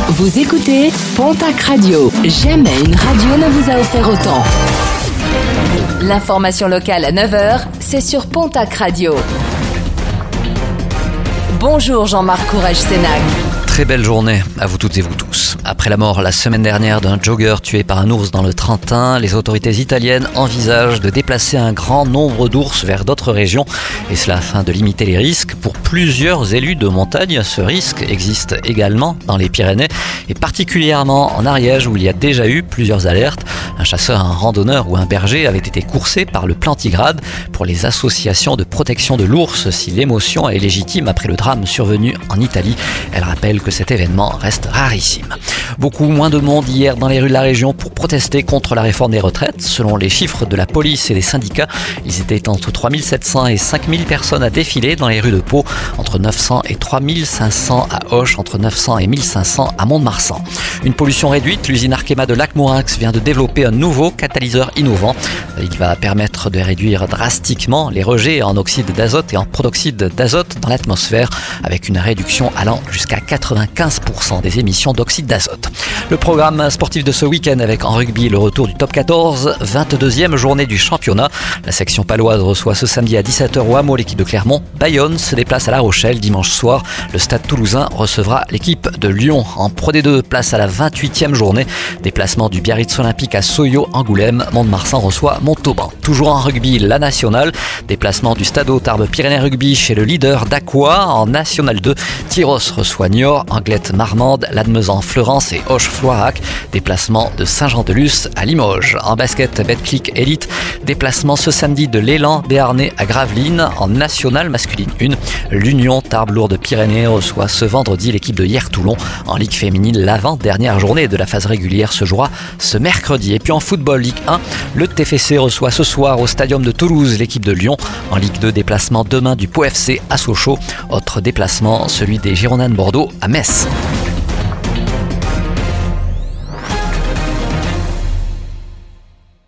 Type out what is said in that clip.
Vous écoutez Pontac Radio. Jamais une radio ne vous a offert autant. L'information locale à 9h, c'est sur Pontac Radio. Bonjour Jean-Marc Courage-Sénac. Très belle journée à vous toutes et vous tous. Après la mort la semaine dernière d'un jogger tué par un ours dans le Trentin, les autorités italiennes envisagent de déplacer un grand nombre d'ours vers d'autres régions, et cela afin de limiter les risques. Pour plusieurs élus de montagne, ce risque existe également dans les Pyrénées, et particulièrement en Ariège où il y a déjà eu plusieurs alertes. Un chasseur, un randonneur ou un berger avait été coursé par le plantigrade. Pour les associations de protection de l'ours, si l'émotion est légitime après le drame survenu en Italie, elle rappelle que cet événement reste rarissime. Beaucoup moins de monde hier dans les rues de la région pour protester contre la réforme des retraites. Selon les chiffres de la police et des syndicats, ils étaient entre 3700 et 5000 personnes à défiler dans les rues de Pau, entre 900 et 3500 à Auch, entre 900 et 1500 à Mont-de-Marsan. Une pollution réduite, l'usine Arkema de Lac-Mourinx vient de développer un nouveau catalyseur innovant. Il va permettre de réduire drastiquement les rejets en oxyde d'azote et en protoxyde d'azote dans l'atmosphère, avec une réduction allant jusqu'à 95% des émissions d'oxyde d'azote. Le programme sportif de ce week-end avec en rugby le retour du top 14, 22e journée du championnat. La section paloise reçoit ce samedi à 17h au Hameau l'équipe de Clermont. Bayonne se déplace à La Rochelle dimanche soir. Le stade toulousain recevra l'équipe de Lyon. En Pro D2, place à la 28e journée. Déplacement du Biarritz Olympique à Soyo-Angoulême. Mont-de-Marsan reçoit Montauban. Toujours en rugby, la nationale. Déplacement du Stade Tarbes Pyrénées Rugby chez le leader d'Aqua. En National 2, Tyros reçoit Niort, Anglette Marmande, Lannemezan Fleurance et Auch-Floirac. Déplacement de Saint-Jean-de-Luz à Limoges. En basket, Betclic Elite. Déplacement ce samedi de l'Élan Béarnais à Gravelines. En Nationale masculine 1, l'Union Tarbes-Lourdes-Pyrénées reçoit ce vendredi l'équipe de Hier-Toulon. En Ligue féminine, l'avant-dernière journée de la phase régulière se jouera ce mercredi. Et puis en football Ligue 1, le TFC reçoit ce soir au Stadium de Toulouse l'équipe de Lyon. En Ligue 2, déplacement demain du Pau FC à Sochaux. Autre déplacement, celui des Girondins de Bordeaux à Metz.